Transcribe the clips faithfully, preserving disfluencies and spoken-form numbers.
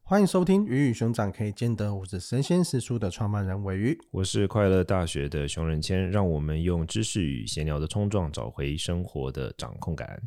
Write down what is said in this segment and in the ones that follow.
欢迎收听鱼与熊掌可以兼得，我是神仙师叔的创办人尾鱼， 我是快乐大学的熊仁谦，让我们用知识与闲聊的冲撞，找回生活的掌控感。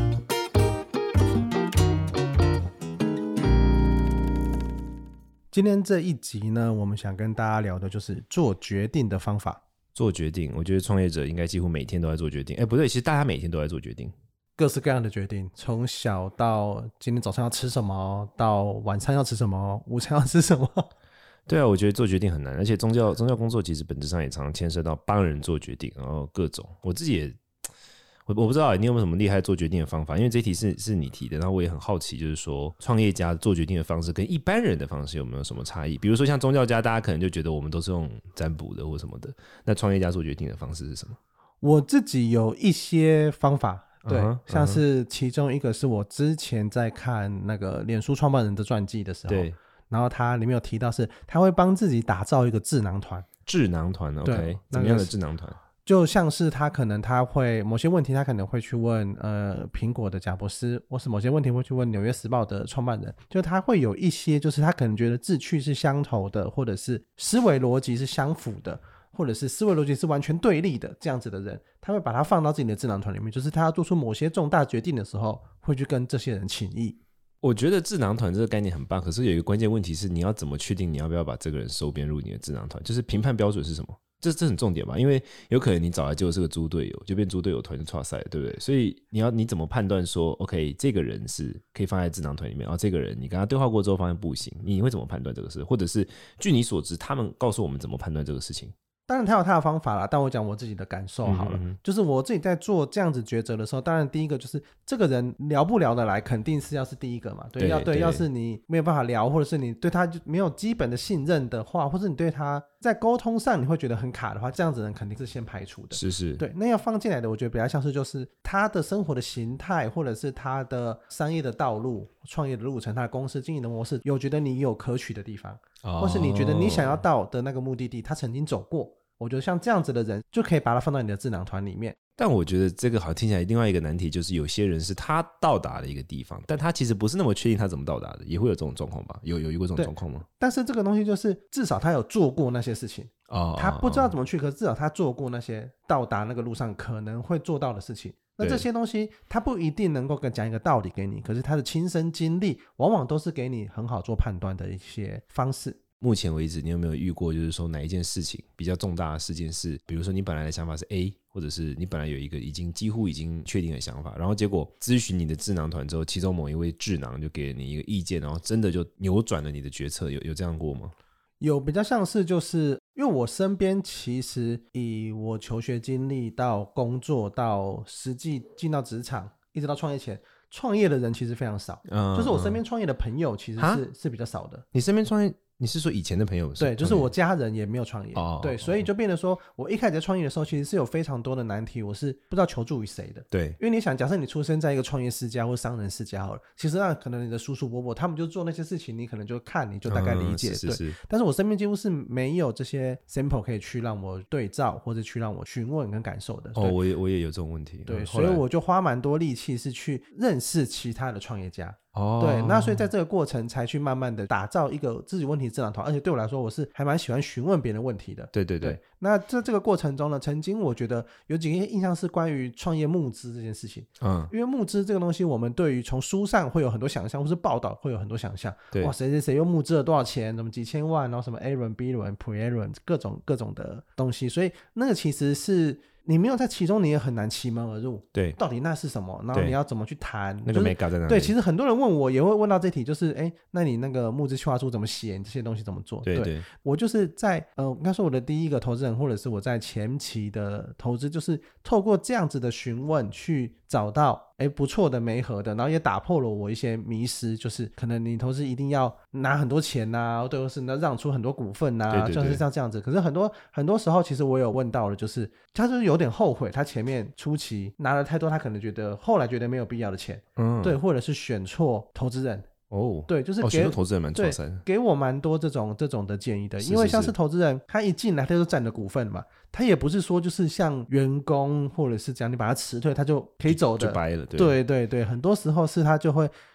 今天这一集呢，我们想跟大家聊的就是做决定的方法。 做决定，我觉得创业者应该几乎每天都在做决定。哎，不对，其实大家每天都在做决定。 各式各样的决定，从小到今天早上要吃什么，到晚餐要吃什么，午餐要吃什么。 对啊，我觉得做决定很难，而且宗教宗教工作其实本质上也常常牵涉到帮人做决定，然后各种。我自己也，我我不知道你有没有什么厉害做决定的方法，因为这一题是是你提的，然后我也很好奇，就是说创业家做决定的方式跟一般人的方式有没有什么差异？比如说像宗教家，大家可能就觉得我们都是用占卜的或什么的，那创业家做决定的方式是什么？ 我自己有一些方法。对、uh-huh, 像是其中一个是我之前在看那个脸书创办人的传记的时候，对，然后他里面有提到是他会帮自己打造一个智囊团。 智囊团 OK， 怎么样的智囊团？ 就像是他可能他会某些问题他可能会去问呃苹果的贾伯斯，或是某些问题会去问纽约时报的创办人，就他会有一些就是他可能觉得志趣是相投的，或者是思维逻辑是相符的，或者是思维逻辑是完全对立的，这样子的人他会把他放到自己的智囊团里面，就是他要做出某些重大决定的时候会去跟这些人请益。 我觉得智囊团这个概念很棒，可是有一个关键问题是你要怎么确定你要不要把这个人收编入你的智囊团，就是评判标准是什么，这这很重点吧，因为有可能你找来结果是个猪队友，就变猪队友团就挫赛，对不对？所以你要你怎么判断说 OK 这个人是可以放在智囊团里面，然后这个人你跟他对话过之后发现不行，你会怎么判断这个事？或者是据你所知他们告诉我们怎么判断这个事情？ 当然他有他的方法啦，但我讲我自己的感受好了、嗯嗯嗯、就是我自己在做这样子抉择的时候，当然第一个就是这个人聊不聊得来肯定是要是第一个嘛， 对, 对, 要对要是你没有办法聊，或者是你对他没有基本的信任的话，或者你对他在沟通上你会觉得很卡的话，这样子的人肯定是先排除的。 是是， 对，那要放进来的我觉得比较像是就是他的生活的形态，或者是他的商业的道路、创业的路程、他的公司经营的模式，有觉得你有可取的地方、哦、或是你觉得你想要到的那个目的地他曾经走过，我觉得像这样子的人就可以把他放到你的智囊团里面。 但我觉得这个好听起来另外一个难题就是有些人是他到达了一个地方，但他其实不是那么确定他怎么到达的，也会有这种状况吧？有有遇过这种状况吗？ 但是这个东西就是至少他有做过那些事情、哦、他不知道怎么去、哦、可是至少他做过那些到达那个路上可能会做到的事情。那这些东西他不一定能够讲一个道理给你，可是他的亲身经历往往都是给你很好做判断的一些方式。 目前为止你有没有遇过就是说哪一件事情比较重大的事件是，比如说你本来的想法是 A， 或者是你本来有一个已经几乎已经确定的想法，然后结果咨询你的智囊团之后，其中某一位智囊就给了你一个意见，然后真的就扭转了你的决策，有有这样过吗？ 有，比较像是就是因为我身边其实以我求学经历到工作到实际进到职场一直到创业前，创业的人其实非常少、嗯、就是我身边创业的朋友其实是是比较少的。 你身边创业你是说以前的朋友？ 对，就是我家人也没有创业、 哦、 对，所以就变得说我一开始在创业的时候其实是有非常多的难题，我是不知道求助于谁的。 对， 因为你想假设你出生在一个创业世家或商人世家好了，其实那可能你的叔叔伯伯他们就做那些事情，你可能就看你就大概理解、嗯、是是是，对。但是我身边几乎是没有这些 sample 可以去让我对照或者去让我询问跟感受的。 哦，我也我也有这种问题。 对、嗯、所以我就花蛮多力气是去认识其他的创业家。哦，对，那所以在这个过程才去慢慢的打造一个自己问题智囊团，而且对我来说我是还蛮喜欢询问别人问题的。 对对 对, 对， 那在这个过程中呢，曾经我觉得有几个印象是关于创业募资这件事情。嗯，因为募资这个东西我们对于从书上会有很多想象，或是报道会有很多想象，对，哇，谁谁谁又募资了多少钱，什么几千万，然后什么 A 轮 B 轮 Pre 轮各种各种的东西，所以那个其实是你没有在其中你也很难其门而入，对，到底那是什么，然后你要怎么去谈那个 mega 在哪里。 对，其实很多人问我也会问到这题，就是哎，那你那个募资计划书怎么写，你这些东西怎么做。 对, 对, 对，我就是在呃，应该说我的第一个投资人，或者是我在前期的投资，就是透过这样子的询问去找到哎不错的媒合的，然后也打破了我一些迷思，就是可能你投资一定要拿很多钱啊，对，或是让出很多股份啊，对对对，就是像这样子。可是很多很多时候其实我有问到了，就是他就是有点后悔他前面初期拿了太多他可能觉得后来觉得没有必要的钱，嗯，对，或者是选错投资人。哦，对，就是给、哦、 选错投资人蛮错三， 给我蛮多这种这种的建议的。因为像是投资人他一进来他就占了股份嘛，他也不是说就是像员工或者是这样你把他辞退他就可以走的， 就掰了。 对, 对对对，很多时候是他就会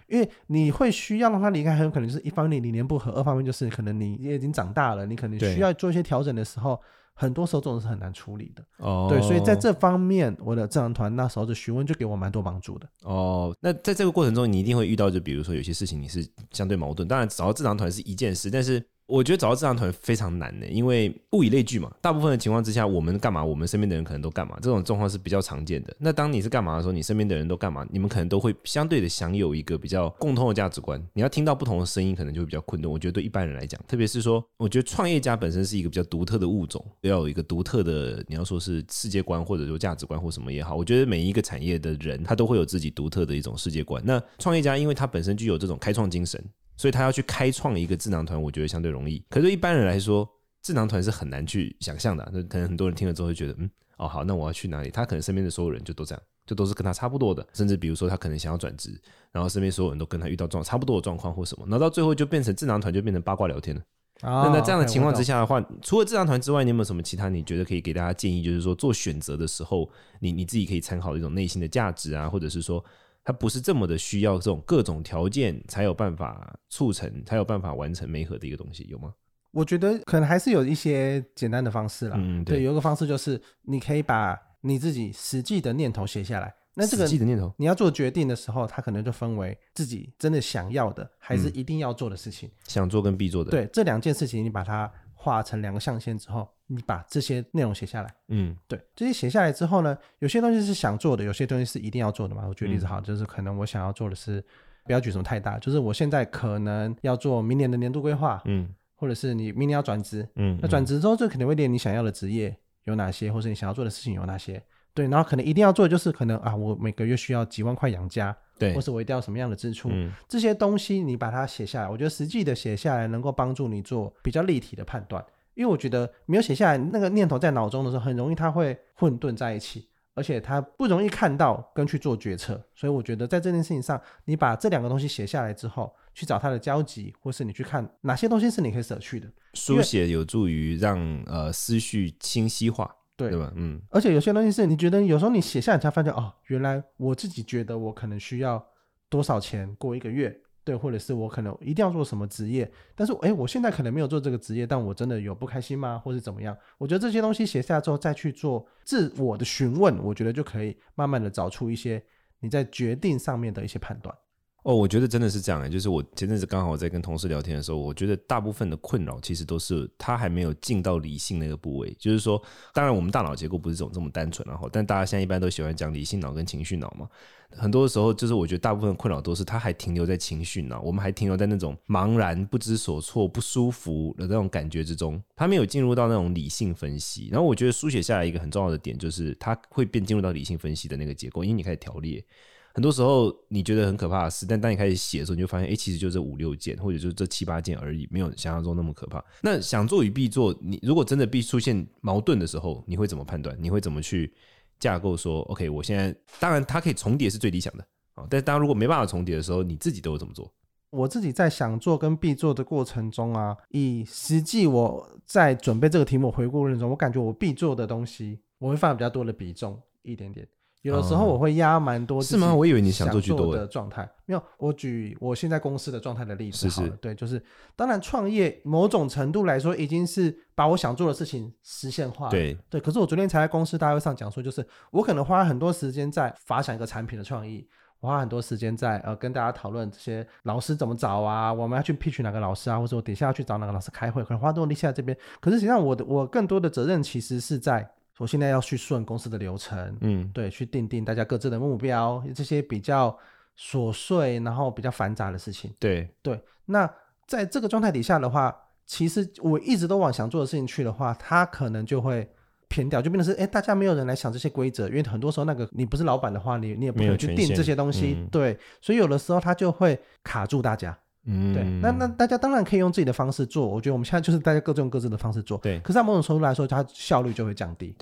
因为你会需要让他离开，很有可能就是一方面你理念不合，二方面就是可能你也已经长大了，你可能需要做一些调整的时候，很多时候这种是很难处理的。哦，对，所以在这方面我的智囊团那时候的询问就给我蛮多帮助的。 哦，那在这个过程中你一定会遇到，就比如说有些事情你是相对矛盾，当然找到智囊团是一件事，但是我觉得找到智囊团非常难的，因为物以类聚嘛，大部分的情况之下我们干嘛我们身边的人可能都干嘛，这种状况是比较常见的。那当你是干嘛的时候，你身边的人都干嘛，你们可能都会相对的享有一个比较共通的价值观，你要听到不同的声音可能就会比较困难。我觉得对一般人来讲，特别是说我觉得创业家本身是一个比较独特的物种，要有一个独特的你要说是世界观或者说价值观或什么也好，我觉得每一个产业的人他都会有自己独特的一种世界观。那创业家因为他本身具有这种开创精神，所以他要去开创一个智囊团，我觉得相对容易。可是对一般人来说，智囊团是很难去想象的、啊、可能很多人听了之后会觉得嗯，哦好，那我要去哪里？他可能身边的所有人就都这样，就都是跟他差不多的，甚至比如说他可能想要转职，然后身边所有人都跟他遇到差不多的状况或什么，然后到最后就变成智囊团就变成八卦聊天了。哦、那在这样的情况之下的话，除了智囊团之外，你有没有什么其他你觉得可以给大家建议，就是说做选择的时候你你自己可以参考的一种内心的价值啊，或者是说它不是这么的需要这种各种条件才有办法促成才有办法完成媒合的一个东西，有吗？ 我觉得可能还是有一些简单的方式啦、嗯、对, 对，有一个方式就是你可以把你自己实际的念头写下来。那这个实际的念头你要做决定的时候，它可能就分为自己真的想要的还是一定要做的事情、嗯、 想做跟必做的。 对，这两件事情你把它画成两个象限之后，你把这些内容写下来。嗯，对，这些写下来之后呢，有些东西是想做的，有些东西是一定要做的嘛。我举例子好、嗯、就是可能我想要做的是，不要举什么太大，就是我现在可能要做明年的年度规划，嗯，或者是你明年要转职，嗯，那转职之后就可能会列你想要的职业有哪些，或是你想要做的事情有哪些。对，然后可能一定要做的就是可能啊，我每个月需要几万块养家，对，或是我一定要什么样的支出、嗯、这些东西你把它写下来，我觉得实际的写下来能够帮助你做比较立体的判断。因为我觉得没有写下来，那个念头在脑中的时候很容易它会混沌在一起，而且它不容易看到跟去做决策。所以我觉得在这件事情上，你把这两个东西写下来之后，去找它的交集，或是你去看哪些东西是你可以舍去的。 书写有助于让呃思绪清晰化，对, 对吧？嗯， 而且有些东西是你觉得有时候你写下来才发现，哦，原来我自己觉得我可能需要多少钱过一个月，对，或者是我可能一定要做什么职业，但是诶我现在可能没有做这个职业，但我真的有不开心吗？或是怎么样？我觉得这些东西写下来之后再去做自我的询问，我觉得就可以慢慢的找出一些你在决定上面的一些判断。 哦，我觉得真的是这样、欸、就是我前阵子刚好在跟同事聊天的时候，我觉得大部分的困扰其实都是他还没有进到理性那个部位。就是说当然我们大脑结构不是这种这么单纯，然后但大家现在一般都喜欢讲理性脑跟情绪脑嘛，很多时候就是我觉得大部分的困扰都是他还停留在情绪脑，我们还停留在那种茫然不知所措不舒服的那种感觉之中，他没有进入到那种理性分析。然后我觉得书写下来一个很重要的点就是他会变进入到理性分析的那个结构，因为你开始条列很多时候你觉得很可怕的事，但当你开始写的时候，你就发现，哎，其实就这五六件，或者就这七八件而已，没有想象中那么可怕。那想做与必做，你如果真的必出现矛盾的时候，你会怎么判断？你会怎么去架构说 ，OK， 我现在当然它可以重叠是最理想的，但当然如果没办法重叠的时候，你自己都会怎么做？ 我自己在想做跟必做的过程中啊，以实际我在准备这个题目回顾过程中，我感觉我必做的东西，我会放比较多的比重一点点。有的时候我会压蛮多自己是吗？我以为你想做居多的状态。没有，我举我现在公司的状态的例子好了。是是，对，就是当然创业某种程度来说已经是把我想做的事情实现化了。对对，可是我昨天才在公司大会上讲说，就是我可能花很多时间在发想一个产品的创意，我花很多时间在呃跟大家讨论这些老师怎么找啊，我们要去 pitch 哪个老师啊，或者我等一下要去找哪个老师开会，可能花多力气在这边。可是实际上我的我更多的责任其实是在我现在要去顺公司的流程，嗯，对，去定定大家各自的目标，这些比较琐碎然后比较繁杂的事情。 对对，那在这个状态底下的话，其实我一直都往想做的事情去的话，它可能就会偏掉，就变成是哎，大家没有人来想这些规则，因为很多时候那个你不是老板的话，你你也不可能去定这些东西，嗯，对，所以有的时候它就会卡住大家。嗯，对，那那大家当然可以用自己的方式做，我觉得我们现在就是大家各自用各自的方式做，对。可是在某种程度来说，它效率就会降低。 对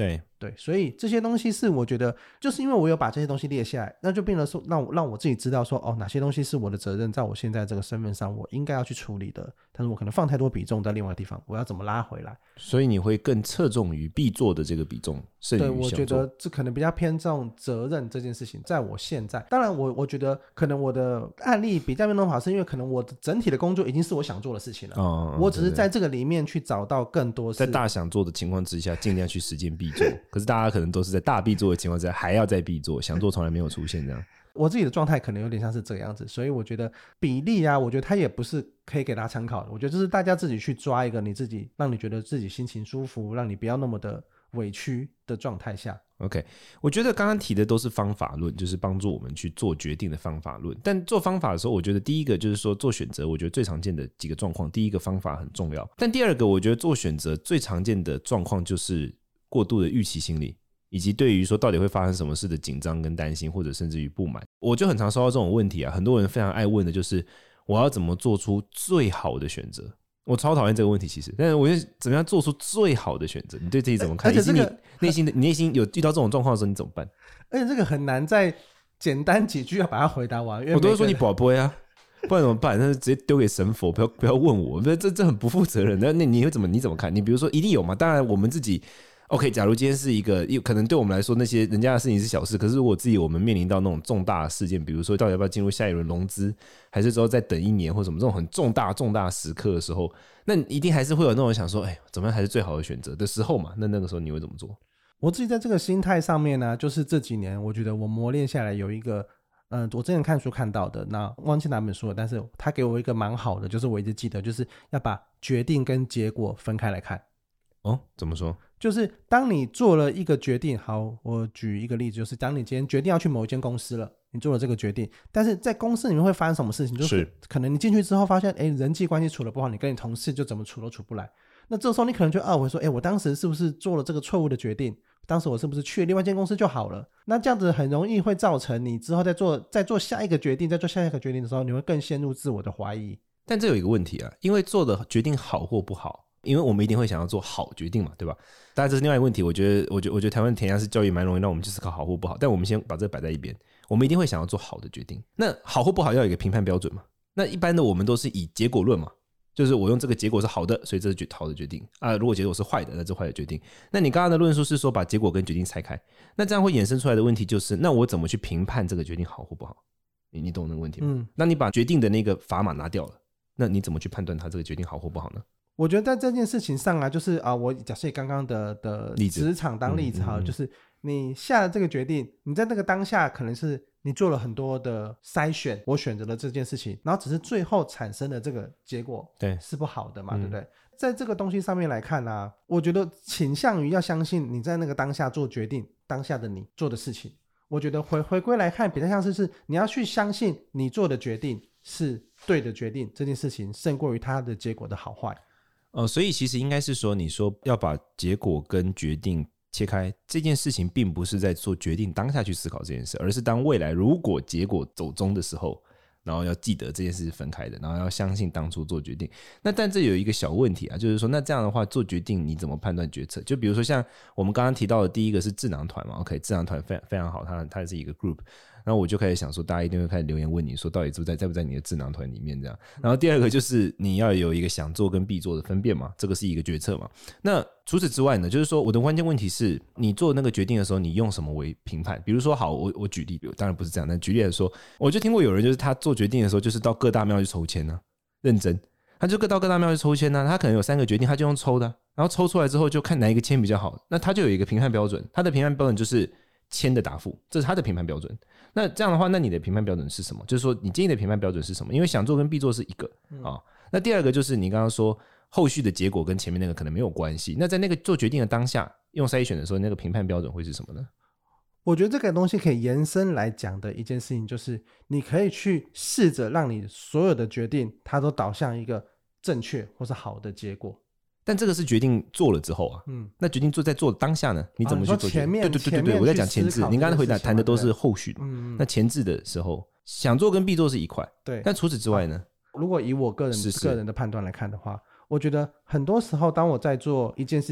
对，所以这些东西是我觉得就是因为我有把这些东西列下来，那就变成说让我让我自己知道说哦哪些东西是我的责任，在我现在这个身份上我应该要去处理的，但是我可能放太多比重在另外的地方，我要怎么拉回来。 所以你会更侧重于必做的这个比重胜于对， 想做。 我觉得这可能比较偏重责任这件事情，在我现在，当然我我觉得可能我的案例比较没那么好，是因为可能我的整体的工作已经是我想做的事情了， 哦、 我只是在这个里面去找到更多是在大想做的情况之下尽量去实践必做可是大家可能都是在大必做的情况之下还要再必做，想做从来没有出现这样。 我自己的状态可能有点像是这个样子，所以我觉得比例啊，我觉得它也不是可以给大家参考的，我觉得就是大家自己去抓一个你自己让你觉得自己心情舒服，让你不要那么的委屈的状态下。 OK， 我觉得刚刚提的都是方法论，就是帮助我们去做决定的方法论。但做方法的时候，我觉得第一个就是说做选择，我觉得最常见的几个状况，第一个方法很重要，但第二个我觉得做选择最常见的状况就是过度的预期心理，以及对于说到底会发生什么事的紧张跟担心，或者甚至于不满。我就很常收到这种问题啊，很多人非常爱问的就是我要怎么做出最好的选择。我超讨厌这个问题，其实，但是我觉得怎么样做出最好的选择？你对自己怎么看？ 而且这个以及你内心的，你内心有遇到这种状况的时候，你怎么办？ 而且这个很难在简单几句要把它回答完，因为我都会说你宝贝啊，不然怎么办？那就直接丢给神佛，不要不要问我，这这很不负责任。那你会怎么你怎么看？你比如说一定有嘛？当然我们自己。OK， 假如今天是一个可能对我们来说那些人家的事情是小事，可是如果自己我们面临到那种重大的事件，比如说到底要不要进入下一轮融资，还是之后再等一年或什么这种很重大重大时刻的时候，那一定还是会有那种想说，哎，怎么样还是最好的选择的时候嘛？那那个时候你会怎么做？ 我自己在这个心态上面呢，就是这几年我觉得我磨练下来有一个，嗯、呃，我之前看书看到的，那忘记哪本书了，但是他给我一个蛮好的，就是我一直记得，就是要把决定跟结果分开来看。 哦，怎么说？ 就是当你做了一个决定，好，我举一个例子，就是当你今天决定要去某一间公司了，你做了这个决定，但是在公司里面会发生什么事情？就是可能你进去之后发现，哎，人际关系处得不好，你跟你同事就怎么处都处不来。那这时候你可能就懊悔说，哎，我当时是不是做了这个错误的决定？当时我是不是去另外一间公司就好了？那这样子很容易会造成你之后再做再做下一个决定，再做下一个决定的时候，你会更陷入自我的怀疑。 但这有一个问题啊，因为做的决定好或不好。因为我们一定会想要做好决定嘛，对吧？当然这是另外一个问题，我觉得，我觉得，我觉得台湾填鸭式教育蛮容易让我们去思考好或不好，但我们先把这个摆在一边，我们一定会想要做好的决定。那好或不好要有一个评判标准嘛？那一般的我们都是以结果论嘛，就是我用这个结果是好的，所以这是好的决定啊。如果结果是坏的，那这是坏的决定。那你刚刚的论述是说把结果跟决定拆开，那这样会衍生出来的问题就是，那我怎么去评判这个决定好或不好？你你懂那个问题吗？嗯，那你把决定的那个砝码拿掉了，那你怎么去判断它这个决定好或不好呢？ 我觉得在这件事情上啊，就是啊，我假设刚刚的的职场当例子哈、嗯嗯嗯，就是你下了这个决定，你在那个当下可能是你做了很多的筛选，我选择了这件事情，然后只是最后产生的这个结果对是不好的嘛， 对,、嗯、对不对？在这个东西上面来看啊，我觉得倾向于要相信你在那个当下做决定，当下的你做的事情，我觉得回回归来看，比较像是是你要去相信你做的决定是对的决定，这件事情胜过于它的结果的好坏。 呃，所以其实应该是说，你说要把结果跟决定切开，这件事情并不是在做决定当下去思考这件事，而是当未来如果结果走中的时候，然后要记得这件事是分开的，然后要相信当初做决定。那但这有一个小问题啊，就是说那这样的话做决定你怎么判断决策？就比如说像我们刚刚提到的第一个是智囊团嘛 ，OK， 智囊团非常非常好，它它是一个 group。然后我就开始想说，大家一定会开始留言问你说，到底在在不在你的智囊团里面这样。然后第二个就是你要有一个想做跟必做的分辨嘛，这个是一个决策嘛。那除此之外呢，就是说我的关键问题是你做那个决定的时候，你用什么为评判？比如说，好，我我举例，当然不是这样，但举例来说，我就听过有人就是他做决定的时候，就是到各大庙去抽签呢、啊，认真，他就到各大庙去抽签呢、啊，他可能有三个决定，他就用抽的、啊，然后抽出来之后就看哪一个签比较好，那他就有一个评判标准，他的评判标准就是签的答复，这是他的评判标准。那这样的话，那你的评判标准是什么？就是说你建议的评判标准是什么？因为想做跟必做是一个啊、嗯哦。那第二个就是你刚刚说后续的结果跟前面那个可能没有关系。那在那个做决定的当下，用筛选的时候，那个评判标准会是什么呢？ 我觉得这个东西可以延伸来讲的一件事情，就是你可以去试着让你所有的决定，它都导向一个正确或是好的结果。 但这个是决定做了之后啊，嗯，那决定做在做的当下呢，你怎么去做决定？ 前面对对对对对，我在讲前置，您刚才回答谈的都是后续的，嗯，那前置的时候，想做跟必做是一块， 对， 但除此之外呢？ 如果以我个人是是个人的判断来看的话，我觉得很多时候，当我在做一件事情，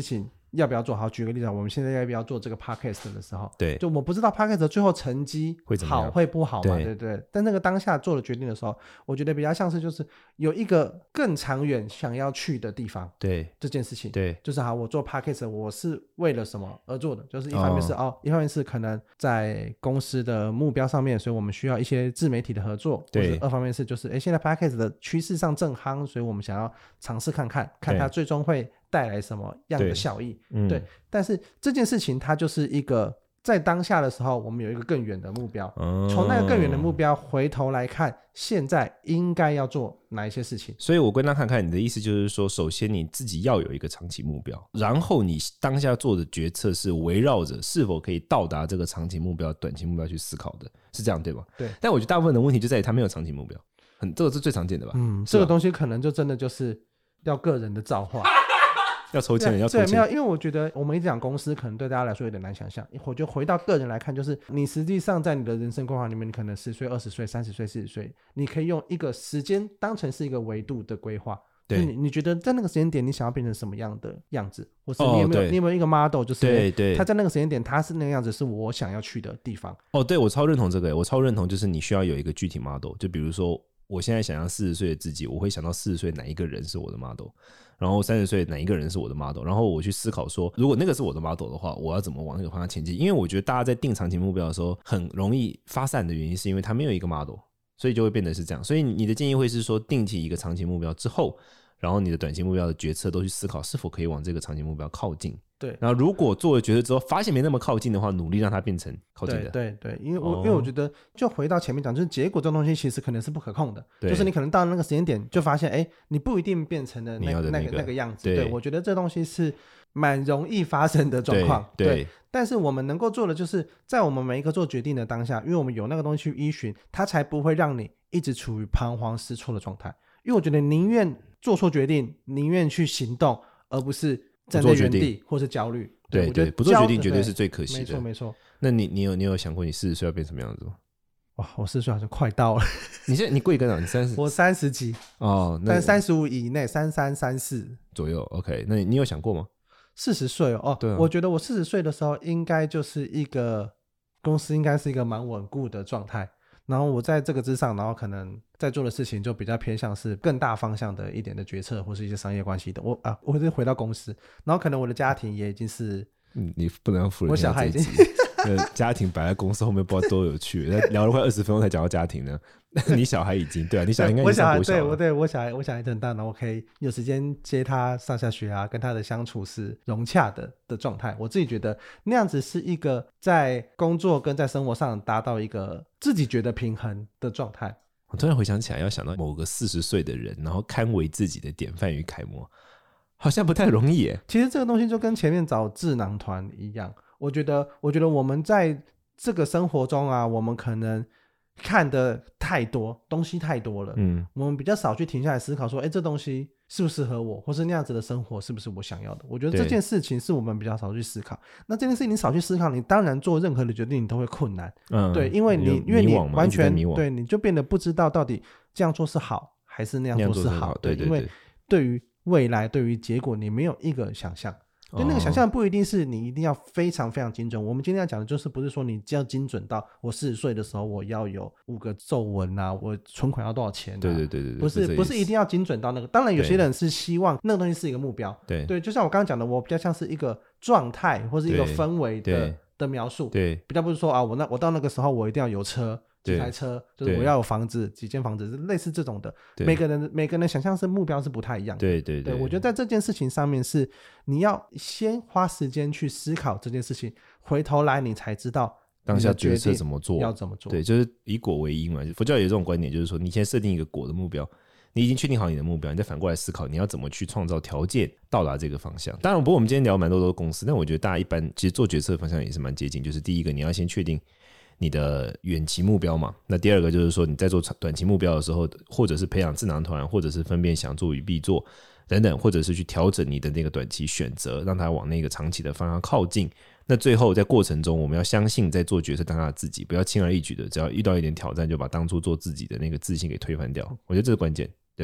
要不要做好。举个例子，我们现在要不要做这个 podcast 的时候， 对， 就我不知道 podcast 最后成绩会怎么样好会不好嘛， 对对不对？但那个当下做了决定的时候，我觉得比较像是就是有一个更长远想要去的地方， 对这件事情， 对， 就是好，我做 podcast 我是为了什么而做的？就是一方面是 哦, 哦，一方面是可能在公司的目标上面，所以我们需要一些自媒体的合作， 对。 或者二方面是就是哎，现在 podcast 的趋势上正夯，所以我们想要尝试看看，看它最终会带来什么样的效益。对，对、嗯，但是这件事情它就是一个在当下的时候，我们有一个更远的目标，嗯、从那个更远的目标回头来看，现在应该要做哪一些事情。 所以我跟他看看，你的意思就是说，首先你自己要有一个长期目标，然后你当下做的决策是围绕着是否可以到达这个长期目标、短期目标去思考的，是这样对吧？ 对。 但我觉得大部分的问题就在于他没有长期目标，很这个是最常见的吧？ 嗯，这个东西可能就真的就是要个人的造化。 要抽签，要抽签。 对，没有，因为我觉得我们一直讲公司，可能对大家来说有点难想象。我觉得回到个人来看，就是你实际上在你的人生规划里面，你可能十岁、二十岁、三十岁、四十岁，你可以用一个时间当成是一个维度的规划。对，你你觉得在那个时间点，你想要变成什么样的样子，或是你有没有、哦、你有没有一个 model， 就是对对， 他在那个时间点，他是那个样子，是我想要去的地方。 哦，对，我超认同这个，我超认同，就是你需要有一个具体 model， 就比如说。我现在想象四十岁的自己，我会想到四十岁哪一个人是我的 model， 然后三十岁哪一个人是我的 model， 然后我去思考说，如果那个是我的 model 的话，我要怎么往那个方向前进？因为我觉得大家在定长期目标的时候，很容易发散的原因，是因为他没有一个 model， 所以就会变得是这样。所以你的建议会是说，定期一个长期目标之后，然后你的短期目标的决策都去思考是否可以往这个长期目标靠近。 对， 然后如果做了决策之后发现没那么靠近的话，努力让它变成靠近的。 对对对，因为我、哦、因为我觉得就回到前面讲，就是结果这种东西其实可能是不可控的，就是你可能到那个时间点就发现，哎，你不一定变成了 那, 那, 那个那个样子。对，对我觉得这东西是蛮容易发生的状况。对, 对, 对，但是我们能够做的就是在我们每一个做决定的当下，因为我们有那个东西去依循，它才不会让你一直处于彷徨失措的状态。因为我觉得宁愿做错决定，宁愿去行动，而不是站在原地或是焦虑。 对对，不做决定绝对是最可惜的。 没错没错。 那你你有你有想过你四十岁要变什么样子吗？ 哇，我四十岁好像快到了。 你现在你贵庚啊？你三十？ 我三十几哦， 但三十五以内，三三三四左右。OK， 那你你有想过吗？ 四十岁哦，对、啊，我觉得我四十岁的时候应该就是一个公司应该是一个蛮稳固的状态。然后我在这个之上，然后可能在做的事情就比较偏向是更大方向的一点的决策，或是一些商业关系的。我啊，我是回到公司，然后可能我的家庭也已经是， 嗯，你不能负人我小孩已经家庭摆在公司后面，不知道多有趣，聊了快二十分钟才讲到家庭呢。你小孩已经对啊，你小孩应该我小孩对我对我小孩我小孩很大，然后我可以有时间接他上下学啊，跟他的相处是融洽的的状态。我自己觉得那样子是一个在工作跟在生活上达到一个自己觉得平衡的状态。 我突然回想起来，要想到某个四十岁的人，然后堪为自己的典范与楷模，好像不太容易耶。 其实这个东西就跟前面找智囊团一样，我觉得我觉得我们在这个生活中啊，我们可能看的太多东西太多了，嗯，我们比较少去停下来思考说，哎，这东西适不适合我，或是那样子的生活是不是我想要的。我觉得这件事情是我们比较少去思考。那这件事情你少去思考，你当然做任何的决定你都会困难，嗯，对，因为你因为你完全对，你就变得不知道到底这样做是好还是那样做是好， 好对，对对对， 因为对于未来对于结果你没有一个想象。对，那个想象不一定是你一定要非常非常精准。我们今天要讲的就是不是说你要精准到我四十岁的时候我要有五个皱纹啊，我存款要多少钱啊， 对对对对， 不是不是一定要精准到那个。当然有些人是希望那个东西是一个目标，对对，就像我刚刚讲的，我比较像是一个状态或是一个氛围的的描述，对，比较不是说啊，我那我到那个时候我一定要有车几台车，就是我要有房子几间房子，类似这种的。每个人每个人想象是目标是不太一样的。对对 对, 对，我觉得在这件事情上面是你要先花时间去思考这件事情，回头来你才知道当下决策怎么做， 要怎么做。 对，就是以果为因嘛。佛教有这种观点，就是说你先设定一个果的目标，你已经确定好你的目标，你再反过来思考你要怎么去创造条件到达这个方向。当然，不过我们今天聊蛮多的公司，但我觉得大家一般其实做决策的方向也是蛮接近，就是第一个你要先确定你的远期目标嘛，那第二个就是说你在做短期目标的时候，或者是培养智囊团，或者是分辨想做与必做等等，或者是去调整你的那个短期选择，让它往那个长期的方向靠近。那最后在过程中我们要相信在做决策当下的自己，不要轻而易举的只要遇到一点挑战就把当初做自己的那个自信给推翻掉。我觉得这是关键，对吧？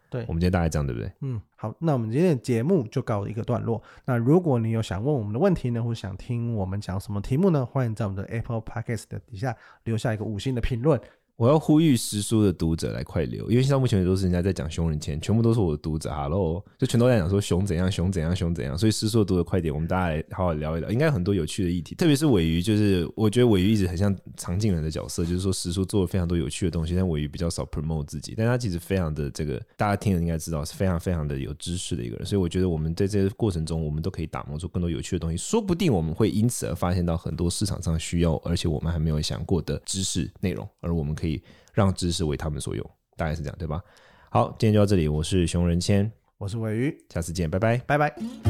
对， 我们今天大概这样，对不对？ 嗯，好，那我们今天的节目就告一个段落。那如果你有想问我们的问题呢，或想听我们讲什么题目呢，欢迎在我们的 Apple Podcast 的底下留下一个五星的评论。 我要呼吁时书的读者来快留，因为到目前为止都是人家在讲熊仁谦，全部都是我的读者 ，Hello， 就全都在讲说熊怎样，熊怎样，熊怎样，所以时书的读者快点，我们大家来好好聊一聊，应该有很多有趣的议题，特别是尾鱼，就是我觉得尾鱼一直很像常进人的角色，就是说时书做了非常多有趣的东西，但尾鱼比较少 promote 自己，但他其实非常的这个，大家听了应该知道是非常非常的有知识的一个人，所以我觉得我们在这个过程中，我们都可以打磨出更多有趣的东西，说不定我们会因此而发现到很多市场上需要，而且我们还没有想过的知识内容，而我们可以让知识为他们所用，大概是这样，对吧？好，今天就到这里，我是熊仁谦， 我是尾鱼， 下次见，拜拜， 拜拜。